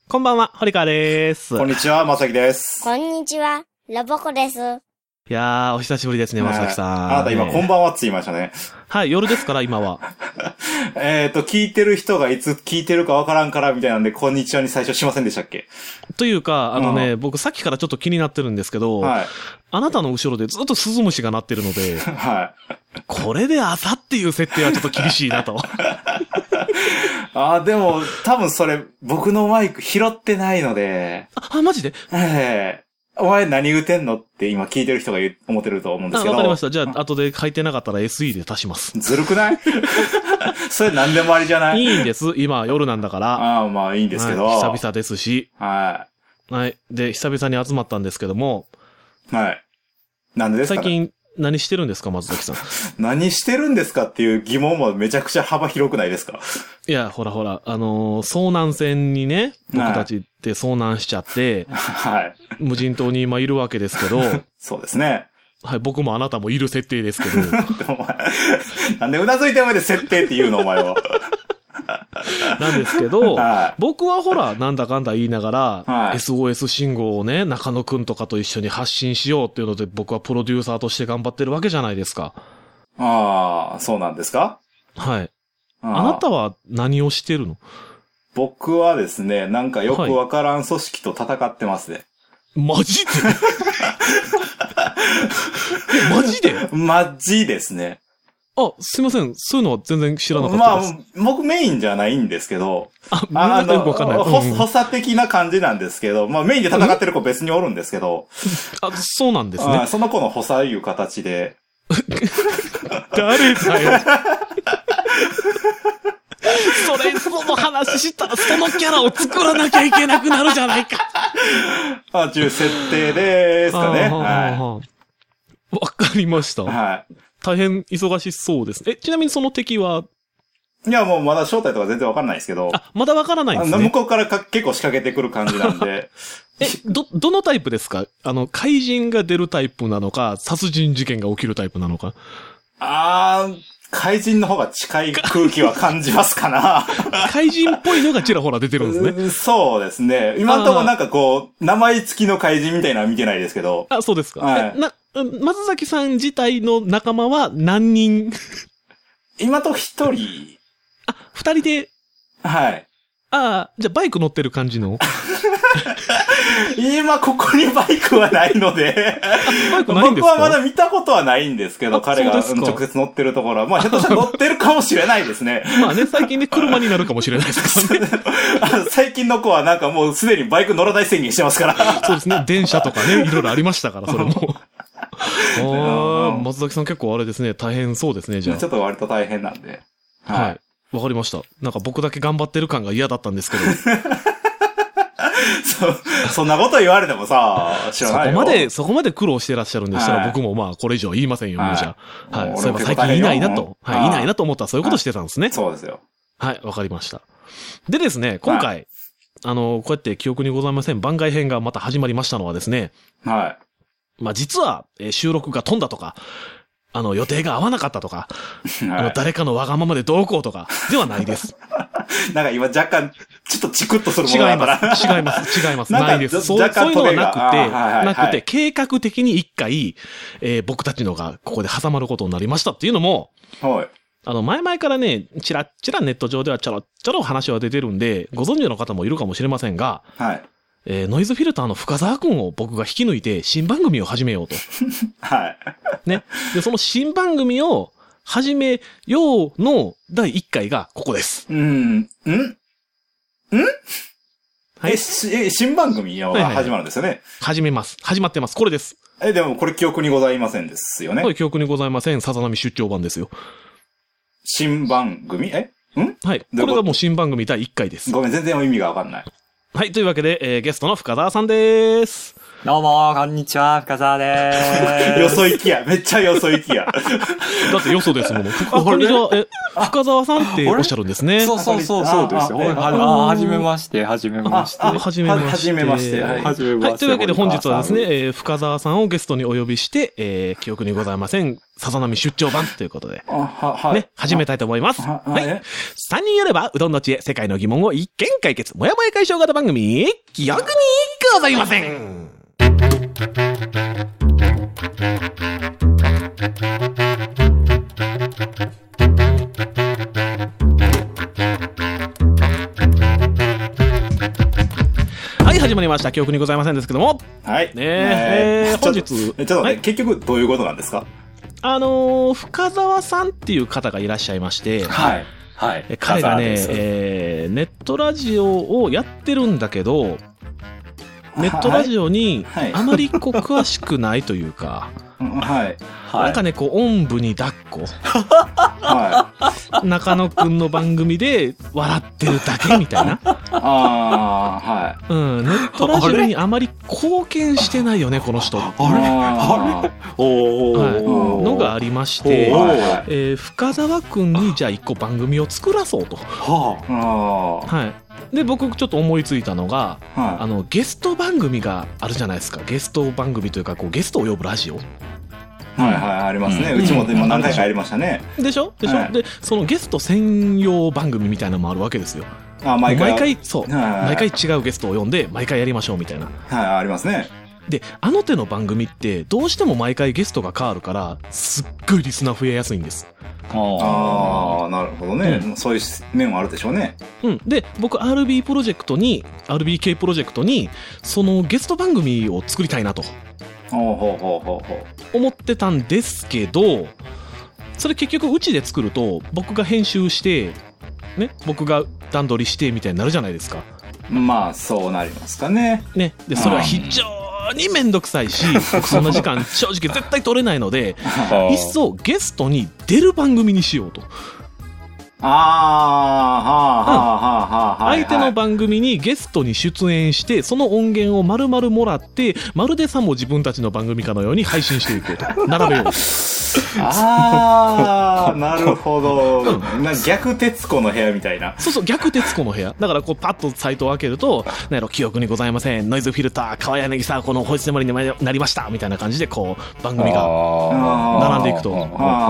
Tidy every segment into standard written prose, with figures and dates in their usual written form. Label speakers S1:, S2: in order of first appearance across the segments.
S1: こんばんは、堀川です。
S2: こんにちは、まさきです。
S3: こんにちは、ロボコです。
S1: いやー、お久しぶりですね、まさきさん。
S2: あなた今、こんばんはって言いましたね。
S1: はい、夜ですから、今は。
S2: 聞いてる人がいつ聞いてるかわからんからみたいなんで、こんにちはに最初しませんでしたっけ？
S1: というか、僕さっきからちょっと気になってるんですけど、はい、あなたの後ろでずっとスズムシが鳴ってるので、はい。これで朝っていう設定はちょっと厳しいなと。
S2: でも、多分それ、僕のマイク拾ってないので。
S1: マジで？
S2: お前何言うてんのって今聞いてる人が思ってると思うんですけど。
S1: わかりました。じゃあ、後で書いてなかったら SE で足します。
S2: ずるくない？それ何でもありじゃない？
S1: いいんです。今、夜なんだから。
S2: まあいいんですけど。
S1: はい、久々ですし。
S2: はい。
S1: はい。で、久々に集まったんですけども。
S2: はい。なんでですか？
S1: 最近、何してるんですか、松崎さん。
S2: 何してるんですかっていう疑問もめちゃくちゃ幅広くないですか？
S1: いや、ほら、遭難船にね、僕たちって遭難しちゃって、はい。無人島に今いるわけですけど、
S2: そうですね。
S1: はい、僕もあなたもいる設定ですけど。
S2: なんでうなずいてまで設定って言うの、お前は。
S1: なんですけど、はい、僕はほら、なんだかんだ言いながら、はい、SOS 信号をね、中野くんとかと一緒に発信しようっていうので、僕はプロデューサーとして頑張ってるわけじゃないですか。
S2: そうなんですか？
S1: はい。あなたは何をしてるの？
S2: 僕はですね、なんかよくわからん組織と戦ってますね。はい、
S1: マジで？マジで？
S2: マジですね。
S1: すいません。そういうのは全然知らなかったです。
S2: 僕メインじゃないんですけど。
S1: よくわかんない。
S2: 補佐的な感じなんですけど、メインで戦ってる子別におるんですけど。
S1: そうなんですね。
S2: その子の補佐いう形で。
S1: 誰だよ。その話したらそのキャラを作らなきゃいけなくなるじゃないか。
S2: という設定ですかね。わ
S1: かりました。
S2: はい。
S1: 大変忙しそうです。ちなみにその敵は？
S2: いや、もうまだ正体とか全然わかんないですけど。
S1: まだわからないんですね。
S2: 向こうから結構仕掛けてくる感じなんで。
S1: どのタイプですか？怪人が出るタイプなのか、殺人事件が起きるタイプなのか。
S2: 怪人の方が近い空気は感じますかな。
S1: 怪人っぽいのがちらほら出てるんですね。
S2: そうですね。今のところなんかこう、名前付きの怪人みたいなのは見てないですけど。
S1: そうですか。
S2: はい。
S1: 松崎さん自体の仲間は何人？
S2: 今と一人。
S1: 二人で。
S2: はい。
S1: じゃあバイク乗ってる感じの？
S2: 今ここにバイクはないので。
S1: バイクないんですか？
S2: 僕はまだ見たことはないんですけど、彼が直接乗ってるところは。ひょっとしたら乗ってるかもしれないですね。
S1: 最近ね、車になるかもしれないですからね。
S2: 最近の子はなんかもうすでにバイク乗らない宣言してますから。
S1: そうですね。電車とかね、いろいろありましたから、それも。松崎さん結構あれですね、大変そうですね、じゃあ。
S2: ちょっと割と大変なんで。
S1: はい。わかりました。なんか僕だけ頑張ってる感が嫌だったんですけど。
S2: そんなこと言われてもさ、知らないよ。
S1: そこまで苦労してらっしゃるんでしたら、僕もこれ以上言いませんよ、もうじゃあ。はい。そういえば最近いないなと。はい。いないなと思ったらそういうことしてたんですね。
S2: そうですよ。
S1: はい、わかりました。でですね、今回、こうやって記憶にございません番外編がまた始まりましたのはですね。はい。実は、収録が飛んだとか、予定が合わなかったとか、誰かのわがままでどうこうとか、ではないです。
S2: なんか今若干、ちょっとチクッとするものだから。
S1: 違います。ないです。そういうのはなくて、計画的に一回、僕たちのがここで挟まることになりましたっていうのも、はい。前々からね、ちらネット上ではちょろ話は出てるんで、ご存知の方もいるかもしれませんが、はい。ノイズフィルターの深沢くんを僕が引き抜いて新番組を始めようと。はい。ね。で、その新番組を始めようの第1回がここです。
S2: はい。新番組が始まるんですよね。
S1: 始まってます。これです。
S2: でもこれ記憶にございませんですよね。
S1: これ記憶にございません。さざ波出張版ですよ。
S2: 新番組はい。
S1: これがもう新番組第1回です。
S2: ごめん、全然意味がわかんない。
S1: はい。というわけで、ゲストの深澤さんです。
S4: どうも、こんにちは、深澤でーす。
S2: よそ行きや。めっちゃよそ行きや。
S1: だってよそですもん。こんにちは。深澤さんっておっしゃるんですね。
S4: そうですよ。はじめまして。
S1: はじめまして。はい。というわけで本日はですね、深澤さんをゲストにお呼びして、記憶にございません。さざ波出張版ということで。ね、始めたいと思います。はい。3人やれば、うどんの知恵、世界の疑問を一見解決。もやもや解消型番組、記憶にございません。はい、始まりました。記憶にございませんですけども。
S2: はい。
S1: 本日。
S2: ちょっとね、結局どういうことなんですか？
S1: 深澤さんっていう方がいらっしゃいまして。
S4: はい。はい。
S1: 彼がね、ネットラジオをやってるんだけど、ネットラジオにあまり詳しくないというか、
S2: はい。
S1: なんかね、おんぶに抱っこ。中野くんの番組で笑ってるだけみたいな。
S2: はい。
S1: ネットラジオにあまり貢献してないよね、この人。のがありまして、深澤くんにじゃあ一個番組を作らそうと。はい。で、僕ちょっと思いついたのが、ゲスト番組があるじゃないですか。ゲスト番組というか、ゲストを呼ぶラジオ。
S2: ありますね。うちも今何回かやりましたね。
S1: でしょで、そのゲスト専用番組みたいなのもあるわけですよ。毎回違うゲストを呼んで、毎回やりましょうみたいな。
S2: ありますね。
S1: で、あの手の番組って、どうしても毎回ゲストが変わるから、すっごいリスナー増えやすいんです。
S2: なるほどね。そういう面はあるでしょうね。
S1: で、僕 RBK プロジェクトに、そのゲスト番組を作りたいなと。思ってたんですけど、それ結局うちで作ると、僕が編集して、ね、僕が段取りしてみたいになるじゃないですか。
S2: まあ、そうなりますかね。
S1: ね。で、それは非常にめんどくさいし、僕そんな時間正直絶対取れないので、いっそゲストに出る番組にしようと。相手の番組にゲストに出演して、その音源を丸々もらって、まるでさも自分たちの番組かのように配信していこうと。並べようと。
S2: なるほど。逆徹子の部屋みたいな。
S1: そう、逆徹子の部屋。だからパッとサイトを開けると、記憶にございません。ノイズフィルター、川柳さん、このホイッスルになりました。みたいな感じで、番組が並んでいくと。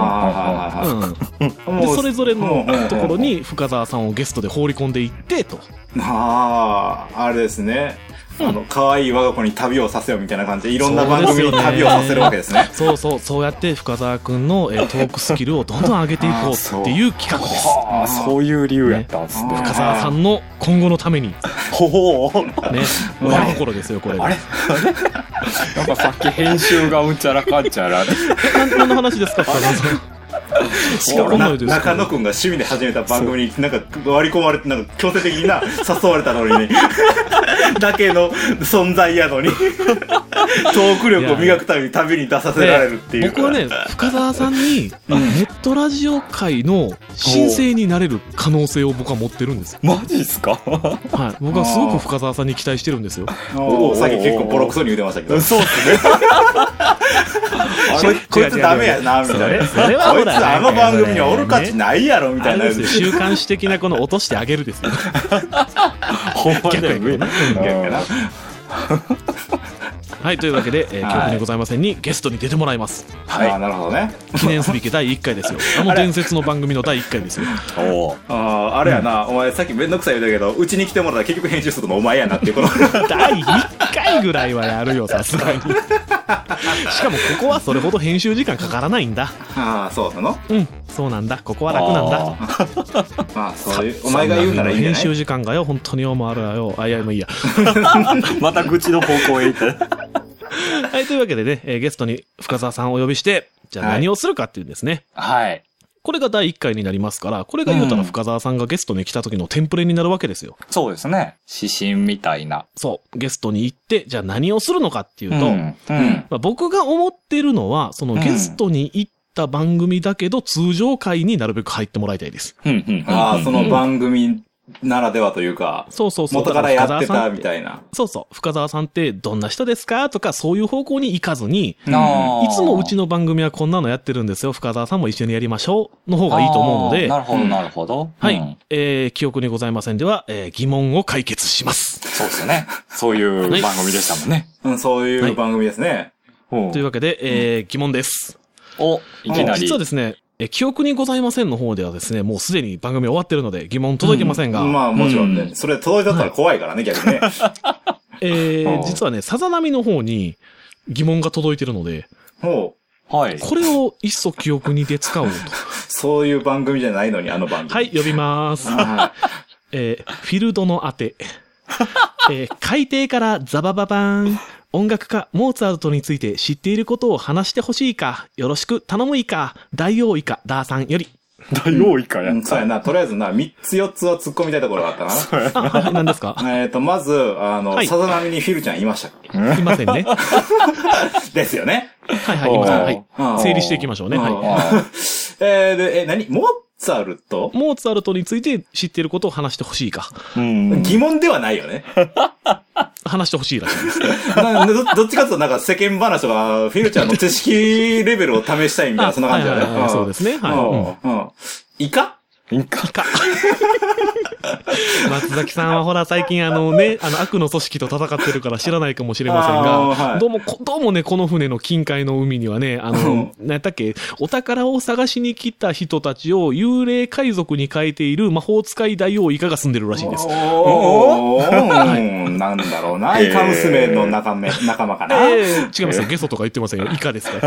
S1: で、それぞれのところに深澤さんをゲストで放り込んでいってと。
S2: あれですね。可愛い我が子に旅をさせようみたいな感じでいろんな番組に旅をさせるわけですね。
S1: そうやって深澤くんのトークスキルをどんどん上げていこうっていう企画です。
S4: そういう理由やったんですね。
S1: 深澤さんの今後のために。ね、親心ですよこれ。
S4: あれなんかさっき編集がうんちゃらかんちゃら。
S1: 何の話ですか深澤さん。
S2: しかも中野くんが趣味で始めた番組になんか割り込まれて、なんか強制的に誘われたのにねだけの存在やのにトーク力を磨くために旅に出させられるっていう。
S1: 僕はね、深澤さんにネットラジオ界の新星になれる可能性を僕は持ってるんです。
S4: マジっすか？
S1: はい、僕はすごく深澤さんに期待してるんですよ。
S2: さっき結構ボロクソに言ってましたけど。
S4: そうっすね
S2: こいつダメやなみたいな。
S1: それはほら
S2: あの番組にはおる価値ないやろみたいな。
S1: 週刊誌的なこの落としてあげるですよ。逆やけどね。はい、というわけで、記憶にございませんにゲストに出てもらいます。
S2: はい、なるほどね。
S1: 記念すべき第1回ですよ。伝説の番組の第1回ですよ。
S2: あれやな、お前さっきめんどくさい言うたけど、うちに来てもらったら結局編集するのお前やなっていうこの
S1: 第1回ぐらいはやるよ、さすがに。しかもここはそれほど編集時間かからないんだ。
S2: そうなの？
S1: そうなんだ。ここは楽なんだ。
S2: そういう、お前が言うならいいんじゃない？
S1: 編集時間がよ、本当によ、もうあるわよ。いや、もういいや。
S4: また愚痴の方向へ行って。
S1: はい、というわけでね、ゲストに深澤さんをお呼びして、じゃあ何をするかっていうんですね。
S4: はい。
S1: これが第1回になりますから、これが言うたら深澤さんがゲストに来た時のテンプレになるわけですよ。
S4: そうですね。指針みたいな。
S1: そう。ゲストに行って、じゃあ何をするのかっていうと、僕が思ってるのは、そのゲストに行った番組だけど、通常回になるべく入ってもらいたいです。
S2: その番組ならではというか、
S1: そうそうそう。
S2: 元からやってたみたいな。
S1: そうそう。深澤さんってどんな人ですかとか、そういう方向に行かずに、いつもうちの番組はこんなのやってるんですよ。深澤さんも一緒にやりましょう。の方がいいと思うので。
S4: なるほど、なるほど。
S1: はい。記憶にございませんでは、疑問を解決します。
S4: そうですね。そういう番組でしたもんね。
S2: うん、そういう番組ですね。
S1: というわけで、疑問です。
S4: いきなり。
S1: 実はですね、記憶にございませんの方ではですね、もうすでに番組終わってるので疑問届いてませんが。
S2: まあもちろんね。それ届いてったら怖いからね、逆にね。
S1: 実はね、さざ波の方に疑問が届いてるので、
S4: はい。
S1: これをいっそ記憶にで使おうと。
S2: そういう番組じゃないのに、あの番組。
S1: はい、呼びます。フィルドの当て。海底からザバババーン。音楽家、モーツァルトについて知っていることを話してほしいか、よろしく頼むいか、大王いか、ダーさんより。
S4: 大王いかやった。
S2: そうやな、とりあえずな、3つ4つは突っ込みたいところがあったか
S1: な。はい、何ですか？
S2: まず、さざ波にフィルちゃんいましたっけ？
S1: いませんね。
S2: ですよね。
S1: はいはい、いません。はい。整理していきましょうね。はい。
S2: で、モーツァルト
S1: について知っていることを話してほしいか。
S2: 疑問ではないよね。
S1: 話してほしいらしいです。
S2: どっちかというとなんか世間話とか、フィルちゃんの知識レベルを試したいみたいな、そんな感じだね。
S1: そうですね。はい。
S2: イカ
S1: 松崎さんはほら最近悪の組織と戦ってるから知らないかもしれませんが、どうもね、この船の近海の海にはね、何やったっけ、お宝を探しに来た人たちを幽霊海賊に変えている魔法使い大王イカが住んでるらしいです。
S2: なんだろうな、イカ娘の仲間かな。
S1: 違いますよ。ゲソとか言ってませんよ。イカですから。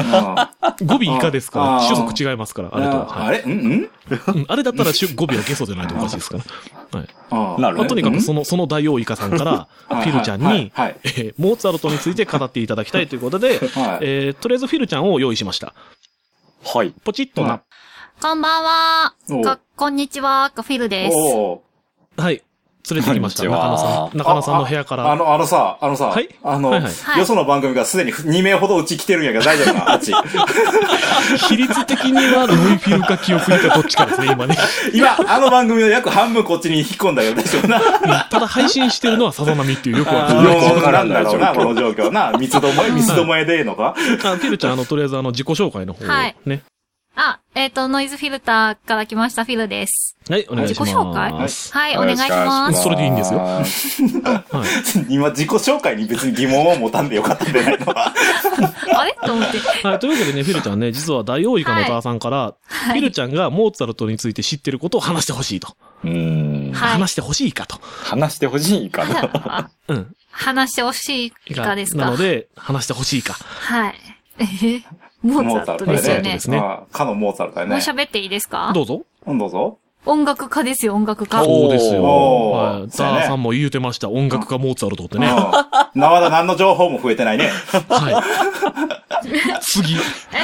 S1: 語尾イカですから、種族違いますから、あれと。
S2: あれ
S1: あれだったら語尾はゲソじゃないとおかしいですから。はい。
S2: なるほど。
S1: とにかくその大王イカさんから、フィルちゃんに、モーツァルトについて語っていただきたいということで、とりあえずフィルちゃんを用意しました。
S4: はい。
S1: ポチッとな。
S3: こんばんは。こんにちは。フィルです。
S1: はい。連れてきました。中野さんの部屋から。
S2: あのさ、はい。よその番組がすでに2名ほどうち来てるんやけど大丈夫かあっち。
S1: 比率的にはノイフィルか記憶にかどっちかですね、今ね。
S2: 今、番組の約半分こっちに引っ込んだけど大丈夫な。
S1: ただ配信してるのはさざ波っていうよくわ
S2: からんだろうな、この状況な。三つどもえでええのか？
S1: フィルちゃん、とりあえず自己紹介の方をね。
S3: ノイズフィルターから来ましたフィルです。
S1: はい、お願いします。
S3: 自己紹介？はい、お願いします。
S1: それでいいんですよ。
S2: 今、自己紹介に別に疑問を持たんでよかったんじゃないの？
S3: あれと思って。
S1: はい、というわけでね、フィルちゃんね、実は大王イカの母さんから、フィルちゃんがモーツァルトについて知ってることを話してほしいと。話してほしいかと。
S4: 話してほしいかな。
S3: 話してほしいかですか。
S1: なので、話してほしいか。
S3: はい。モーツァルトですよね。
S2: かのモーツァルトね。
S3: もう喋っていいですか？
S1: どうぞ。
S2: どうぞ。
S3: 音楽家ですよ、音楽家。
S1: そうですよ。ザーさんも言うてました。音楽家モーツァルトってね。
S2: まだ何の情報も増えてないね。
S1: はい。次。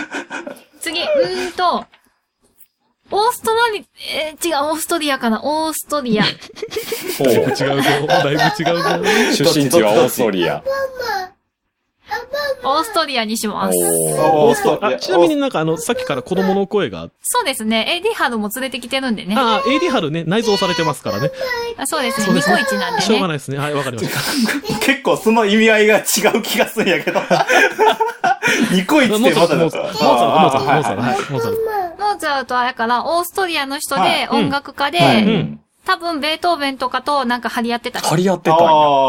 S3: オーストリアかな？オーストリア。
S1: だいぶ違うぞ。
S4: 出身地はオーストリア。
S3: オーストリアにします。
S1: ちなみにさっきから子供の声が。
S3: そうですね。AD ハルも連れてきてるんでね。
S1: AD ハルね、内蔵されてますからね。
S3: そうですね。ニコイチなんでね。
S1: しょうがないですね。はい、わかりました。
S2: 結構その意味合いが違う気がするんやけど。ニコイチってまだ
S1: モーツ
S3: ァルトはだから、オーストリアの人で、音楽家で、多分、ベートーベンとかとなんか張り合ってた。
S4: 張り合ってたんや。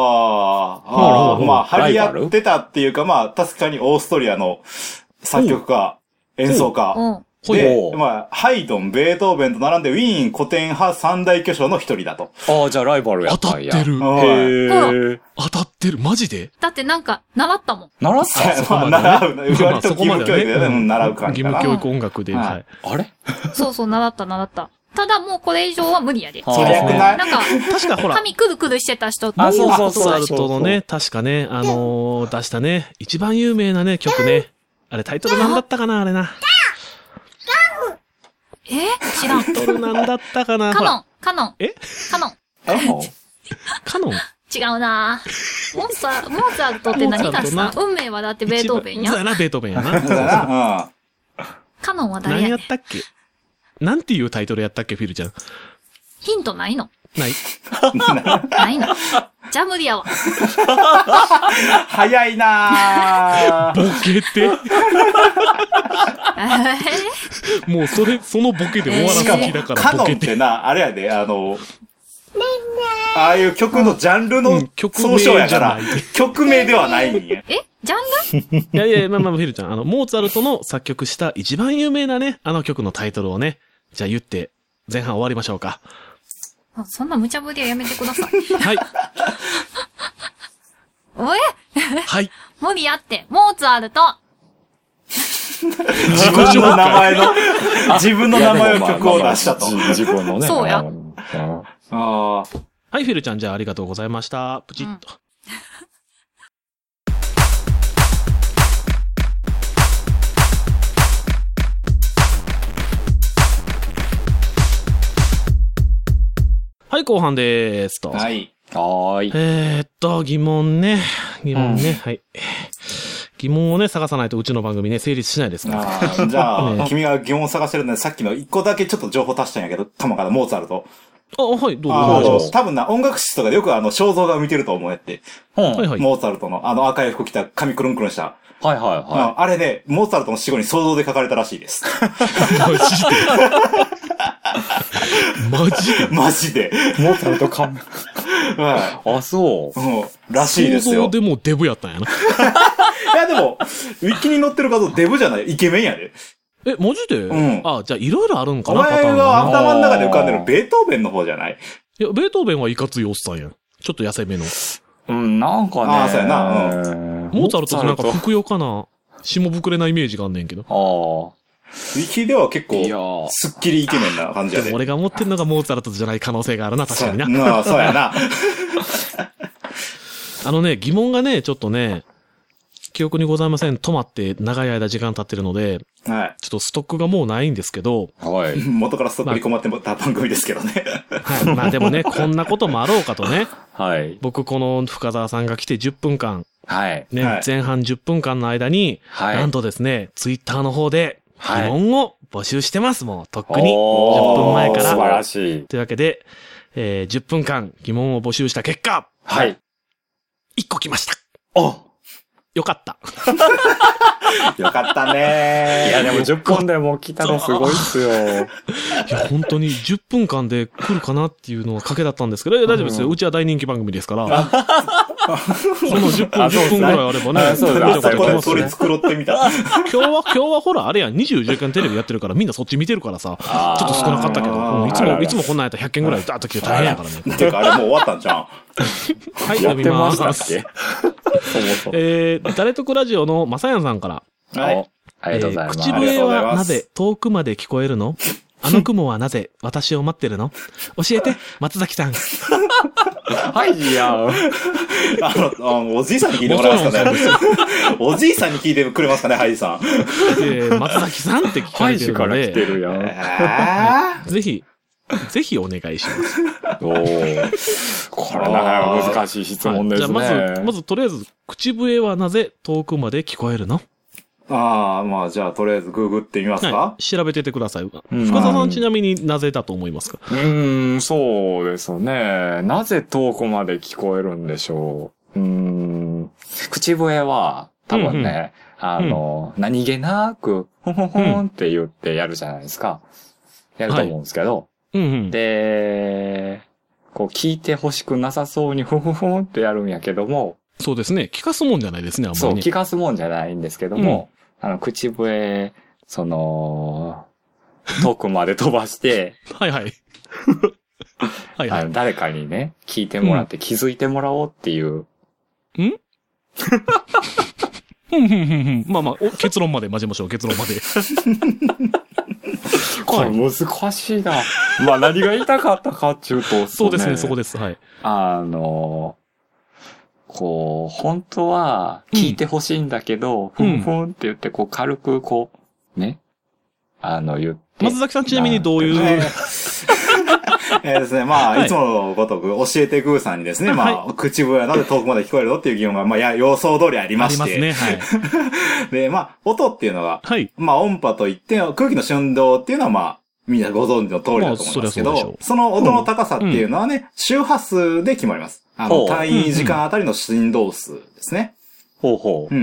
S2: 張り合ってたっていうか、確かにオーストリアの作曲家、演奏家。で、ハイドン、ベートーベンと並んでウィーン古典派三大巨匠の一人だと。
S4: じゃあライバルやったんや。
S1: 当たってる。当たってる。マジで？
S3: だってなんか、習ったもん。
S4: 習った？
S2: 習う。割と義務教育で習う感じ。
S1: 義務教育音楽で。はい。
S4: あれ？
S3: そう、習った。ただもうこれ以上は無理やで。
S1: そうですね。
S3: なんか、
S1: 確かほら。
S3: 髪くるくるしてた人
S1: モーツァルトのね、確かね、出したね、一番有名なね、曲ね。あれタイトルなんだったかな、あれな。
S3: 知らん。
S1: タイトルなんだったかな。
S3: カノン。カノン。違うなモーツァルトって何かさ、運命はだってベートーベンや。
S1: そうやな、ベートーベンやな。
S3: カノンは誰やねん。
S1: 何やったっけ？なんていうタイトルやったっけ、フィルちゃん。
S3: ヒントないの？
S1: ない。
S3: ないの。じゃあ無理やわ。
S2: 早いな
S1: ボケて。もうそのボケで終わらす気だからボケて。
S2: カノンってな、あれやで、ああいう曲のジャンルの総称やから、曲名ではないんや。
S3: ジャンル
S1: いやいや、まあ、フィルちゃん、モーツァルトの作曲した一番有名なね、あの曲のタイトルをね、じゃあ言って前半終わりましょうか。
S3: そんな無茶ぶりはやめてください。
S1: はい。
S3: おえ
S1: はい。
S3: 無理やって、モーツァルト。
S2: 自分の名前の曲を出したと。
S4: 自分のね。
S3: そうや。
S1: はい、フィルちゃん、じゃあありがとうございました。プチッと。はい、後半でーすと。
S2: はい。
S1: 疑問ね。はい。疑問をね、探さないとうちの番組ね、成立しないですから。
S2: じゃあ、君が疑問を探してるので、さっきの一個だけちょっと情報足したんやけど、玉からモーツァルト。
S1: はい、どうぞ。
S2: 多分な、音楽室とかでよく肖像画を見てると思うやって。
S1: はいはい。
S2: モーツァルトの、赤い服着た髪くるんくるんした。
S4: はいはいはい。
S2: あれね、モーツァルトの死後に想像で書かれたらしいです。マジで
S4: モーツァルトか。
S2: はい。
S4: あ、そう。
S2: らしいですよ。
S1: 想像でもデブやったんやな。い
S2: やでも、ウィキに載ってる画像デブじゃない、イケメンやで。
S1: マジで？じゃあいろいろあるんかな、
S2: お前が頭の中で浮かんでるベートーベンの方じゃない？
S1: いや、ベートーベンはいかついおっさんやん。ちょっと痩せめの。
S4: なんかね。
S2: そうやな。
S1: モーツァルトってなんかふくよかな、下膨れなイメージがあんねんけど。
S2: ウィキでは結構、すっきりイケメンな感じやで。
S1: でも俺が持ってるのがモーツァルトじゃない可能性があるな、確かにな。
S2: そうやな。
S1: 疑問がね、ちょっとね、記憶にございません。止まって長い間時間経ってるので、
S2: はい。
S1: ちょっとストックがもうないんですけど、
S2: はい。元からストックに困ってた番組ですけどね。
S1: はい。まあでもね、こんなこともあろうかとね。
S4: はい。
S1: 僕この深澤さんが来て10分間、
S4: はい。
S1: ね、前半10分間の間に、はい。なんとですね、ツイッターの方で、疑問を募集してます。もう、とっくに。10分前から。
S4: 素晴らしい。
S1: というわけで、10分間疑問を募集した結果、
S4: はい。
S1: 1個来ました。よかった。
S2: よかったね。
S4: いや、でも10分でも来たのすごいっすよ。い
S1: や、本当に10分間で来るかなっていうのは賭けだったん今日大丈夫ですよ。うちは大人気番組ですから。その10分ぐらいあればね。
S2: それ作ろってみた。
S1: 今日はほら、あれや、24時間テレビやってるからみんなそっち見てるからさ、ちょっと少なかったけど、いつもこんなんやったら100件ぐらいダーッと来て大変やからね。
S2: てか、あれもう終わったんじゃん。
S1: はい、読みます。誰得ラジオのまさやんさんから。
S4: はい。ありがとうございます。
S1: 口笛はなぜ遠くまで聞こえるの？あの雲はなぜ私を待ってるの？教えて、松崎さん。
S4: はいじゃん。
S2: おじいさんに聞いてもらえますかね。おじいさんに聞いてくれますかね、ハイジさん。
S1: 松崎さんって聞かれてるので。
S4: ハイジから来てるや
S1: ん。ぜひお願いします。
S4: これなかなか難しい質問ですね。
S1: じゃあまずとりあえず、口笛はなぜ遠くまで聞こえるの？
S2: まあじゃあとりあえずググってみますか、
S1: はい、調べててください。深澤さんちなみになぜだと思いますか？
S4: そうですね。なぜ遠くまで聞こえるんでしょう。口笛は多分ね、何気なく、ほんほんほんって言ってやるじゃないですか。やると思うんですけど。で、こう聞いて欲しくなさそうにふんふんふんってやるんやけども。
S1: そうですね。聞かすもんじゃないですね、あんまり、ね。
S4: そう、聞かすもんじゃないんですけども、口笛、遠くまで飛ばして、
S1: はいはい。はいはい。
S4: 誰かにね、聞いてもらって気づいてもらおうっていう。
S1: まあ、結論まで待ちましょう、結論まで。
S4: これ難しいな。まあ何が言いたかったかっていうと、
S1: そうですね、そこです。はい。
S4: 本当は聞いてほしいんだけど、ふんふんって言って、軽くね、言って。
S1: 松崎さんちなみにどういう、
S2: ですね、まあ、いつものごとく教えてグーさんにですね、まあ、口笛はなぜ遠くまで聞こえるのっていう疑問が、まあ、予想通りありまして。
S1: ありますね、はい。
S2: で、まあ、音っていうのが、
S1: はい。
S2: まあ、音波といって、空気の振動っていうのは、まあ、 みんなご存知の通りだと思いますけど、その音の高さっていうのはね、周波数で決まります。単位時間あたりの振動数ですね。
S4: ほうほう。うん。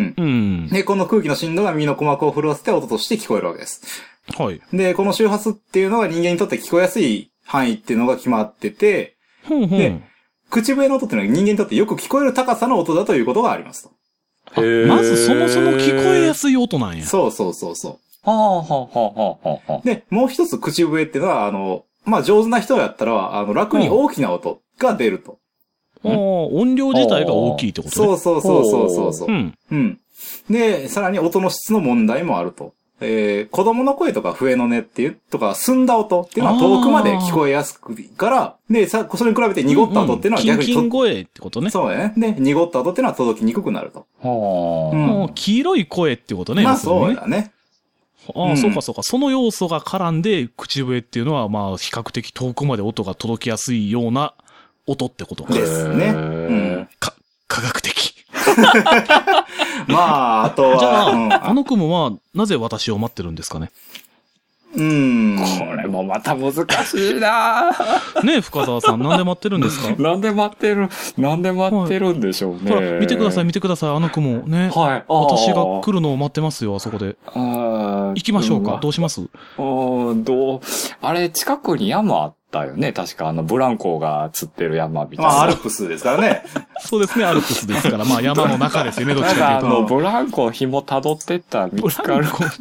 S2: で、この空気の振動が耳の鼓膜を震わせて音として聞こえるわけです。
S1: はい。
S2: で、この周波数っていうのが人間にとって聞こえやすい範囲っていうのが決まってて、で、口笛の音っていうのは人間にとってよく聞こえる高さの音だということがあります
S1: と。まずそもそも聞こえやすい音なんや。
S2: そう。で、もう一つ口笛っていうのは、上手な人やったら、楽に大きな音が出ると。
S1: 音量自体が大きいってことね。
S2: そう。うん。で、さらに音の質の問題もあると。子供の声とか笛の音っていう、とか澄んだ音っていうのは遠くまで聞こえやすくから、で、それに比べて濁った音っていうのは逆に
S1: キンキン声ってことね。
S2: そうだね。で、濁った音っていうのは届きにくくなると。
S1: 黄色い声ってことね。
S2: まあそうだね。
S1: そうか。その要素が絡んで、口笛っていうのは、比較的遠くまで音が届きやすいような音ってことか。
S2: ですね。
S1: 科学的。
S2: あとは。
S1: じゃあ、雲は、なぜ私を待ってるんですかね。
S4: これもまた難しいな
S1: ねえ、深澤さん、なんで待ってるんですか？
S4: なんで待ってるんでしょうね。
S1: ほら、見てください、雲。ね。
S4: はい。
S1: 私が来るのを待ってますよ、あそこで。行きましょうか。どうします？
S4: あれ、近くに山あったよね。確か、ブランコが釣ってる山みたいな。
S2: アルプスですからね。
S1: そうですね、アルプスですから。山の中ですよね、どっちかというと。
S4: ブランコの紐辿ってったら見つかる。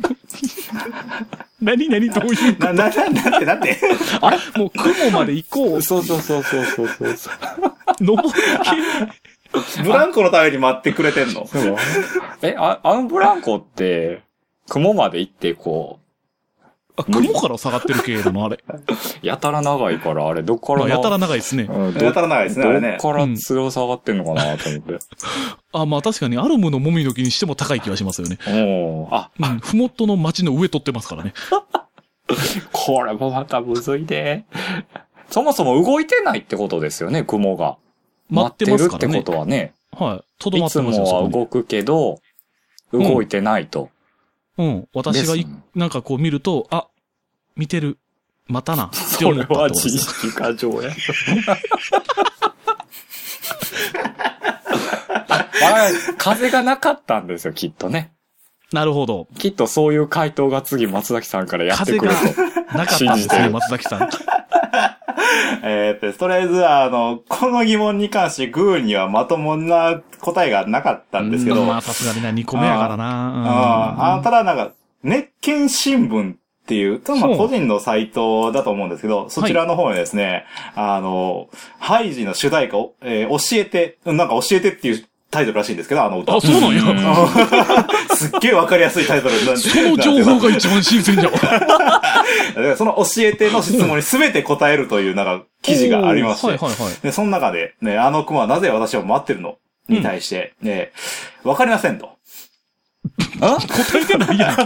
S1: 何どういうこと
S2: なんて
S1: あれもう雲まで行こう。
S4: そう。
S1: 登る
S2: 系。ブランコのために待ってくれてんの？
S4: ブランコって、雲まで行って
S1: 雲から下がってる系なのあれ。
S4: やたら長いから、あれ、どっから
S1: やたら長いですね。
S2: やたら長いですね、あれね。
S4: どっから強下がってんのかなと思って。
S1: 確かに、アルムのもみの木にしても高い気がしますよね。ふもとの町の上取ってますからね。
S4: これもまたむずいで。そもそも動いてないってことですよね、雲が。
S1: 待ってますからね。
S4: ってことはね。
S1: はい。とどまってますよ。
S4: いつもは動くけど、動いてないと。
S1: 私がなんか見ると、見てる。またな。って思ったってことです。
S4: それは自意識過剰や。風がなかったんですよ、きっとね。
S1: なるほど。
S4: きっとそういう回答が次松崎さんからやってくると。
S1: 風がなかったんですね、松崎さん。
S2: とりあえず、この疑問に関してグーにはまともな答えがなかったんですけど。
S1: さすがに2個目やからな。
S2: ただ熱遣新聞っていう、個人のサイトだと思うんですけど、そちらの方にですね、ハイジの主題歌を、教えてっていうタイトルらしいんですけど、歌。
S1: そうなんや。
S2: すっげえわかりやすいタイトルなんで。
S1: その情報が一番新鮮じゃん。
S2: その教えての質問に全て答えるという記事がありまして、で、その中でね、雲はなぜ私を待ってるのに対して、ね、わかりませんと。
S1: 答えてないやん。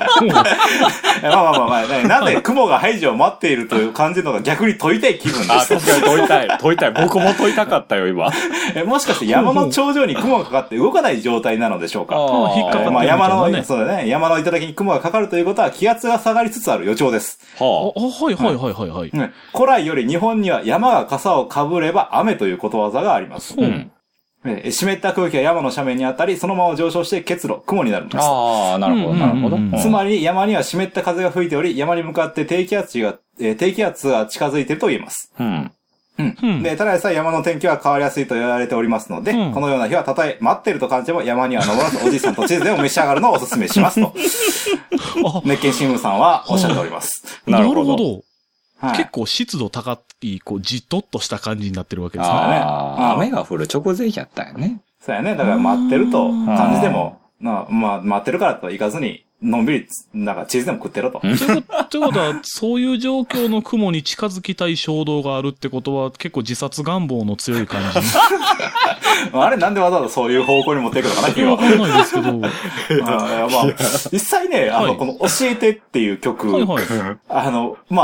S2: なぜ雲がハイジを待っているという感じのが逆に問いたい気分です。
S4: 確かに問いたい。僕も問いたかったよ、今。
S2: もしかして山の頂上に雲がかかって動かない状態なのでしょうか？
S1: 引っかかって
S2: 山の頂に雲がかかるということは気圧が下がりつつある予兆です。
S1: はい。
S2: 古来より日本には山が傘を被れば雨ということわざがあります。湿った空気が山の斜面に当たり、そのまま上昇して結露、雲になるんです。
S4: なるほど。
S2: つまり山には湿った風が吹いており、山に向かって低気圧が近づいていると言えます。で、ただでさえ山の天気は変わりやすいと言われておりますので、このような日はたとえ待っていると感じても山には登らずおじいさんとチーズでも召し上がるのをお勧めしますと。熱遣新聞さんはおっしゃっております。
S1: なるほど。結構湿度高い、じっとっとした感じになってるわけですね。
S4: 雨が降る直前やったよね。
S2: そうやね。だから待ってると感じでも、待ってるからといかずに、のんびり、チーズでも食ってろと。と
S1: いうことは、そういう状況の雲に近づきたい衝動があるってことは、結構自殺願望の強い感じ。
S2: あれなんでわざわざそういう方向に持っていくのかな、君は。
S1: わかんないですけど。
S2: 実際ね、この教えてっていう曲、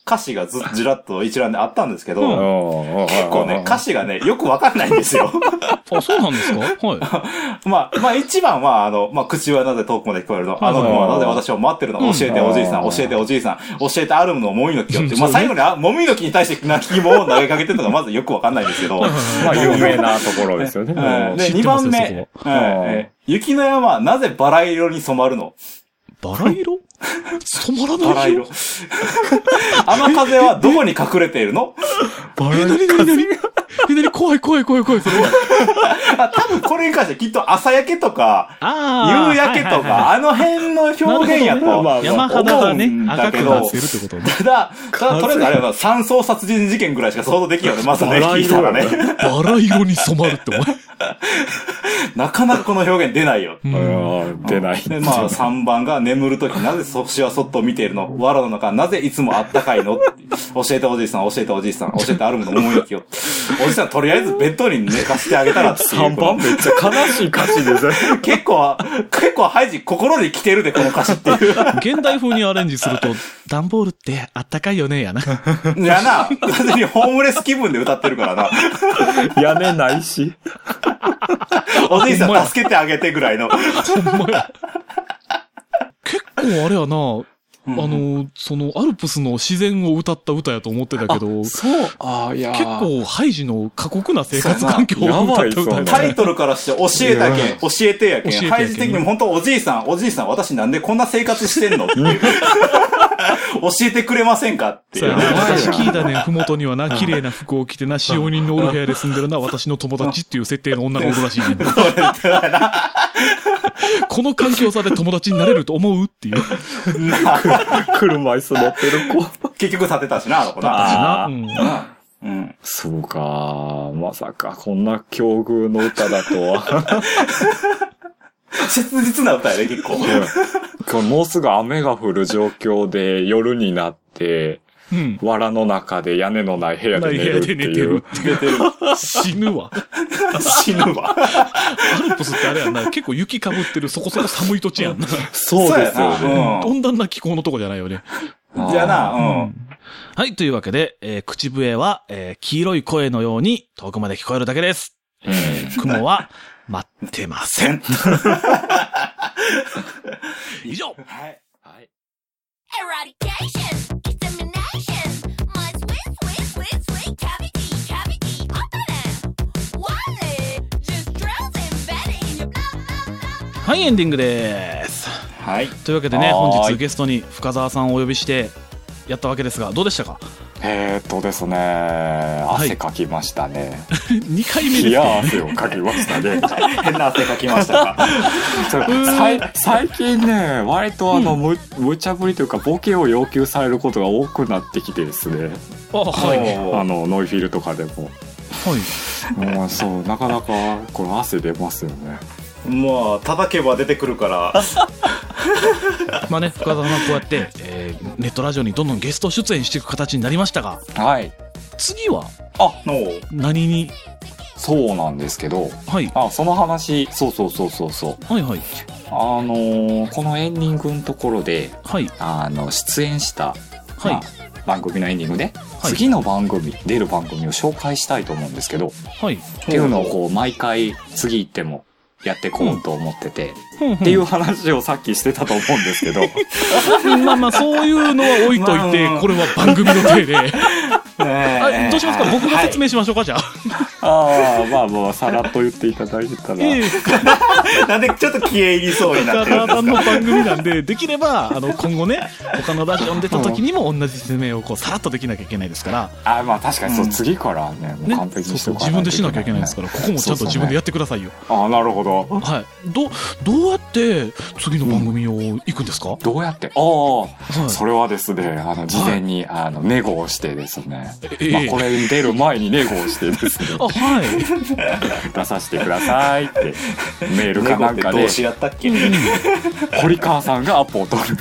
S2: 歌詞がずらっと一覧であったんですけど、結構ね、歌詞がね、よくわかんないんですよ。
S1: あ、そうなんですか？はい。
S2: まあ一番は、口はなぜ遠くまで聞こえるの？あの子はなぜ私を待ってるの？教えておじいさん、教えておじいさん、教えてアルムのもみの木よって、まあ最後にもみの木に対して泣き芋を投げかけてるのがまずよくわかんないんですけど。
S4: まあ有名なところですよね。
S2: で、2番目、雪の山はなぜバラ色に染まるの？
S1: バラ色？染まらないよ。バラ色。
S2: 雨風はどこに隠れているの？
S1: バラ色。何怖い、それは。
S2: 多分これに関してきっと朝焼けとか、夕焼けとか、あの辺の表現やと、
S1: 山肌がね、赤くなってるってことね。
S2: ただ、とりあえずあれは山荘殺人事件ぐらいしか想像できんよね、まずね、聞いたらね。
S1: バラ色に染まるってお前。
S2: なかなかこの表現出ないよ。
S4: 出ない。
S2: で、まあ3番が眠るときなぜ星はそっと見ているの？藁の中なぜいつもあったかいの？教えておじいさん、教えておじいさん、教えてアルムの思いのきを。おじさんとりあえずベッドに寝かしてあげたらっていう。
S4: 3番めっちゃ悲しい歌詞ですね。
S2: 結構ハイジ心に来てるで、この歌詞っていう。
S1: 現代風にアレンジすると、段ボールってあったかいよね、やな。
S2: やな。完全にホームレス気分で歌ってるからな。
S4: 屋根ないし。
S2: おじいさん助けてあげてぐらいの。ほんまや。
S1: 結構あれやな、そのアルプスの自然を歌った歌やと思ってたけど、
S4: そう。いや
S1: 結構ハイジの過酷な生活環境を歌った歌や。
S2: タイトルからして教えたけん、教えてやけん。ハイジ的にも本当おじいさん、私なんでこんな生活してんのっていう。教えてくれませんかっていう。
S1: 私聞いたね、ふもとにはな、綺麗な服を着てな、使用人のおる部屋で住んでるな、私の友達っていう設定の女がおるらしいねん。この環境差で友達になれると思うっていう。
S4: 車椅子乗ってる子。
S2: 結局立てたしな、あの子な。
S4: そうか、まさかこんな境遇の歌だとは。
S2: 切実な歌やね、結構。
S4: もうすぐ雨が降る状況で夜になって、藁の中で屋根のない部屋で寝るっていう。
S1: 死ぬわ。アルプスってあれやんな、結構雪かぶってるそこそこ寒い土地やんな。
S4: そうですよね。
S1: 温暖な気候のとこじゃないよね。
S2: じゃあな、
S1: はい、というわけで、口笛は、黄色い声のように遠くまで聞こえるだけです。雲は待ってません。以上。はい。はい、エンディングです。
S2: はい。
S1: というわけでね、本日ゲストに深澤さんをお呼びしてやったわけですが、どうでしたか？
S4: ですね、汗かきましたね。
S1: 2回目ですね。
S4: いや、汗をかきましたね。
S2: 変な汗かきましたか。
S4: 最近ね、割と無茶ぶりというか、ボケを要求されることが多くなってきてですね。
S1: はい。
S4: ノイフィルとかでも。はい。そう、なかなか、これ汗出ますよね。
S2: まあ、叩けば出てくるから。
S1: まあね、深澤さんはこうやって、ネットラジオにどんどんゲスト出演していく形になりましたが、
S4: はい。
S1: 次は何に？
S4: そうなんですけど、
S1: はい。
S4: その話、そう。
S1: はいはい。
S4: このエンディングのところで、
S1: はい。
S4: 出演した、
S1: はい。
S4: 番組のエンディングで、
S1: はい、
S4: 次の番組、出る番組を紹介したいと思うんですけど、
S1: はい。
S4: っていうのをこう、毎回次行っても、やってこうと思ってて、っていう話をさっきしてたと思うんですけど。
S1: まあ、そういうのは置いといて、これは番組の体で。どうしますか？僕が説明しましょうか、じゃあ。
S4: まあ、さらっと言っていただいてたら。
S2: なんでちょっと消え入りそうになってるんですか？
S1: 深澤さんの番組なんで、できれば、今後ね、他のラジオに出た時にも同じ説明をこう、さらっとできなきゃいけないですから。
S4: まあ確かにそう、次からね、もう完璧にしておかないといけない。
S1: 自分でしなきゃいけないですから、ここもちゃんと自分でやってくださいよ。
S4: なるほど。
S1: はい。どうやって次の番組を行くんですか？
S4: どうやってそれはですね、事前に、ネゴをしてですね。これに出る前にネゴをしてですね。
S1: はい。
S4: 出させてくださいって、メールかなんかで。
S2: どうしやったっけ？
S4: 堀川さんがアポを取る。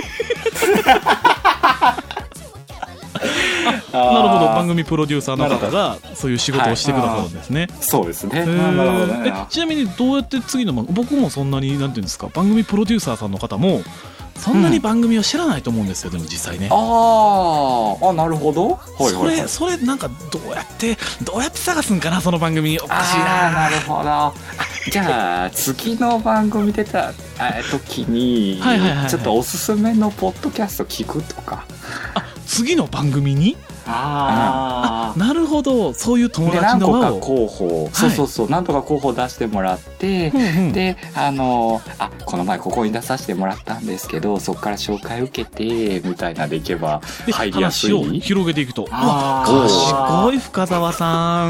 S1: なるほど、番組プロデューサーの方がそういう仕事をしてくださるんですね。
S4: そうですね。
S2: なるほどね。
S1: ちなみにどうやって次の僕もそんなになんていうんですか、番組プロデューサーさんの方もそんなに番組を知らないと思うんですよ、でも実際ね。
S4: あ、なるほど。
S1: それなんかどうやって探すんかな、その番組。おかしいな。
S4: なるほど。じゃあ次の番組出た時にちょっとおすすめのポッドキャスト聞くとか。
S1: 次の番組に。なるほど。そういう友達の輪を。
S4: 何個か候補、そう何とか候補出してもらって、でこの前ここに出させてもらったんですけど、そこから紹介受けてみたいなでいけば入りやすい。
S1: 話を広げていくと。賢い深澤さん。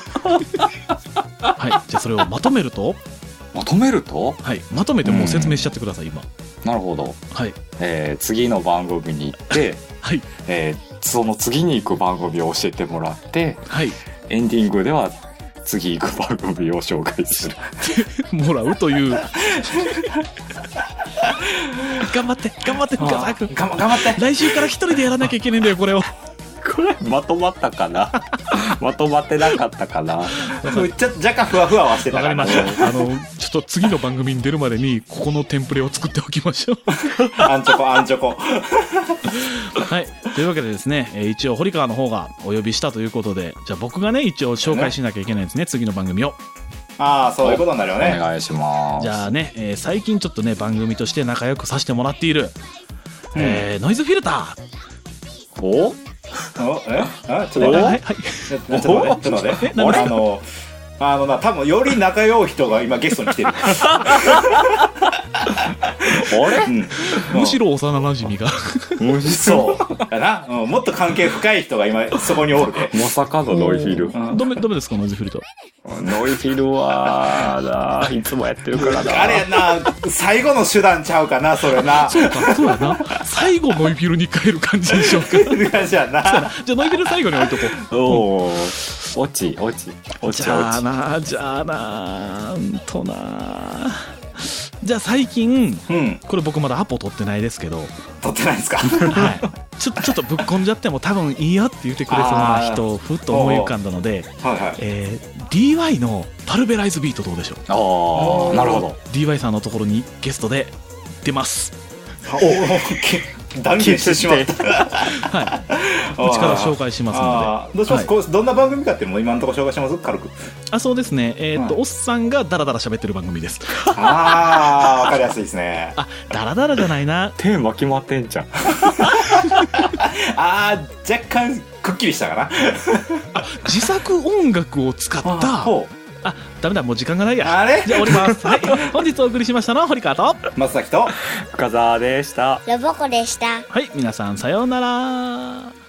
S1: はい。じゃあそれをまとめると。はい。まとめてもう説明しちゃってください、今。
S4: なるほど。
S1: はい。
S4: 次の番組に行って、
S1: はい。
S4: その次に行く番組を教えてもらって、
S1: はい。
S4: エンディングでは次行く番組を紹介する
S1: もらうという頑張って深澤君、
S2: 頑張って
S1: 来週から一人でやらなきゃいけないんだよ、これを。
S4: これまとまったかなまとまってなかったかな。
S2: 若干ふわふわはしてた。
S1: わかりました。ちょっと次の番組に出るまでにここのテンプレを作っておきましょう。
S2: アンチョコ
S1: はい。というわけでですね、一応堀川の方がお呼びしたということで、じゃあ僕がね一応紹介しなきゃいけないんですね、次の番組を。
S2: そういうことになるよね。
S4: お願いします。
S1: じゃあね、最近ちょっとね番組として仲良くさせてもらっている、ノイズフィルター。
S4: お
S2: ちょっと待って。多分より仲良い人が今ゲストに来てる。
S1: むしろ幼馴染が。
S2: そうだな。もっと関係深い人が今そこにおるで。
S4: まさかのノイフィル。
S1: ダメですか、ノイズフィルター。
S4: ノイフィルはいつもやってるからな。
S2: あれやな、最後の手段ちゃうかな、それな。
S1: そうやな。最後ノイフィルに変える感じでしょうか。
S2: 感じやな。
S1: じゃあノイフィル最後に置いとこう。
S4: 落ち。
S1: じゃあなじゃあ最近、これ僕まだアポ取ってないですけど。
S2: 取ってないですか。
S1: はい。ちょっとぶっ込んじゃっても多分いいよって言ってくれそうな人をふっと思い浮かんだので、DY のパルベライズビートどうでしょう。
S4: なるほど。
S1: DY さんのところにゲストで出ます。
S2: 断言してしまった。
S1: はい。うちから紹介しますの
S2: で。どうします？どんな番組かっていうのも今のところ紹介します？軽く。
S1: そうですね。おっさんがダラダラ喋ってる番組です。
S2: わかりやすいですね。
S1: ダラダラじゃないな。
S4: テーマ決まってんじゃん。
S2: 若干くっきりしたかな。
S1: 自作音楽を使った。ダメだ、もう時間がないや。
S2: あれ？
S1: じゃあ降ります。はい。本日お送りしましたのは堀川と
S2: 松崎と
S4: 深澤でした。
S5: ロボコでした。
S1: はい、皆さんさようなら。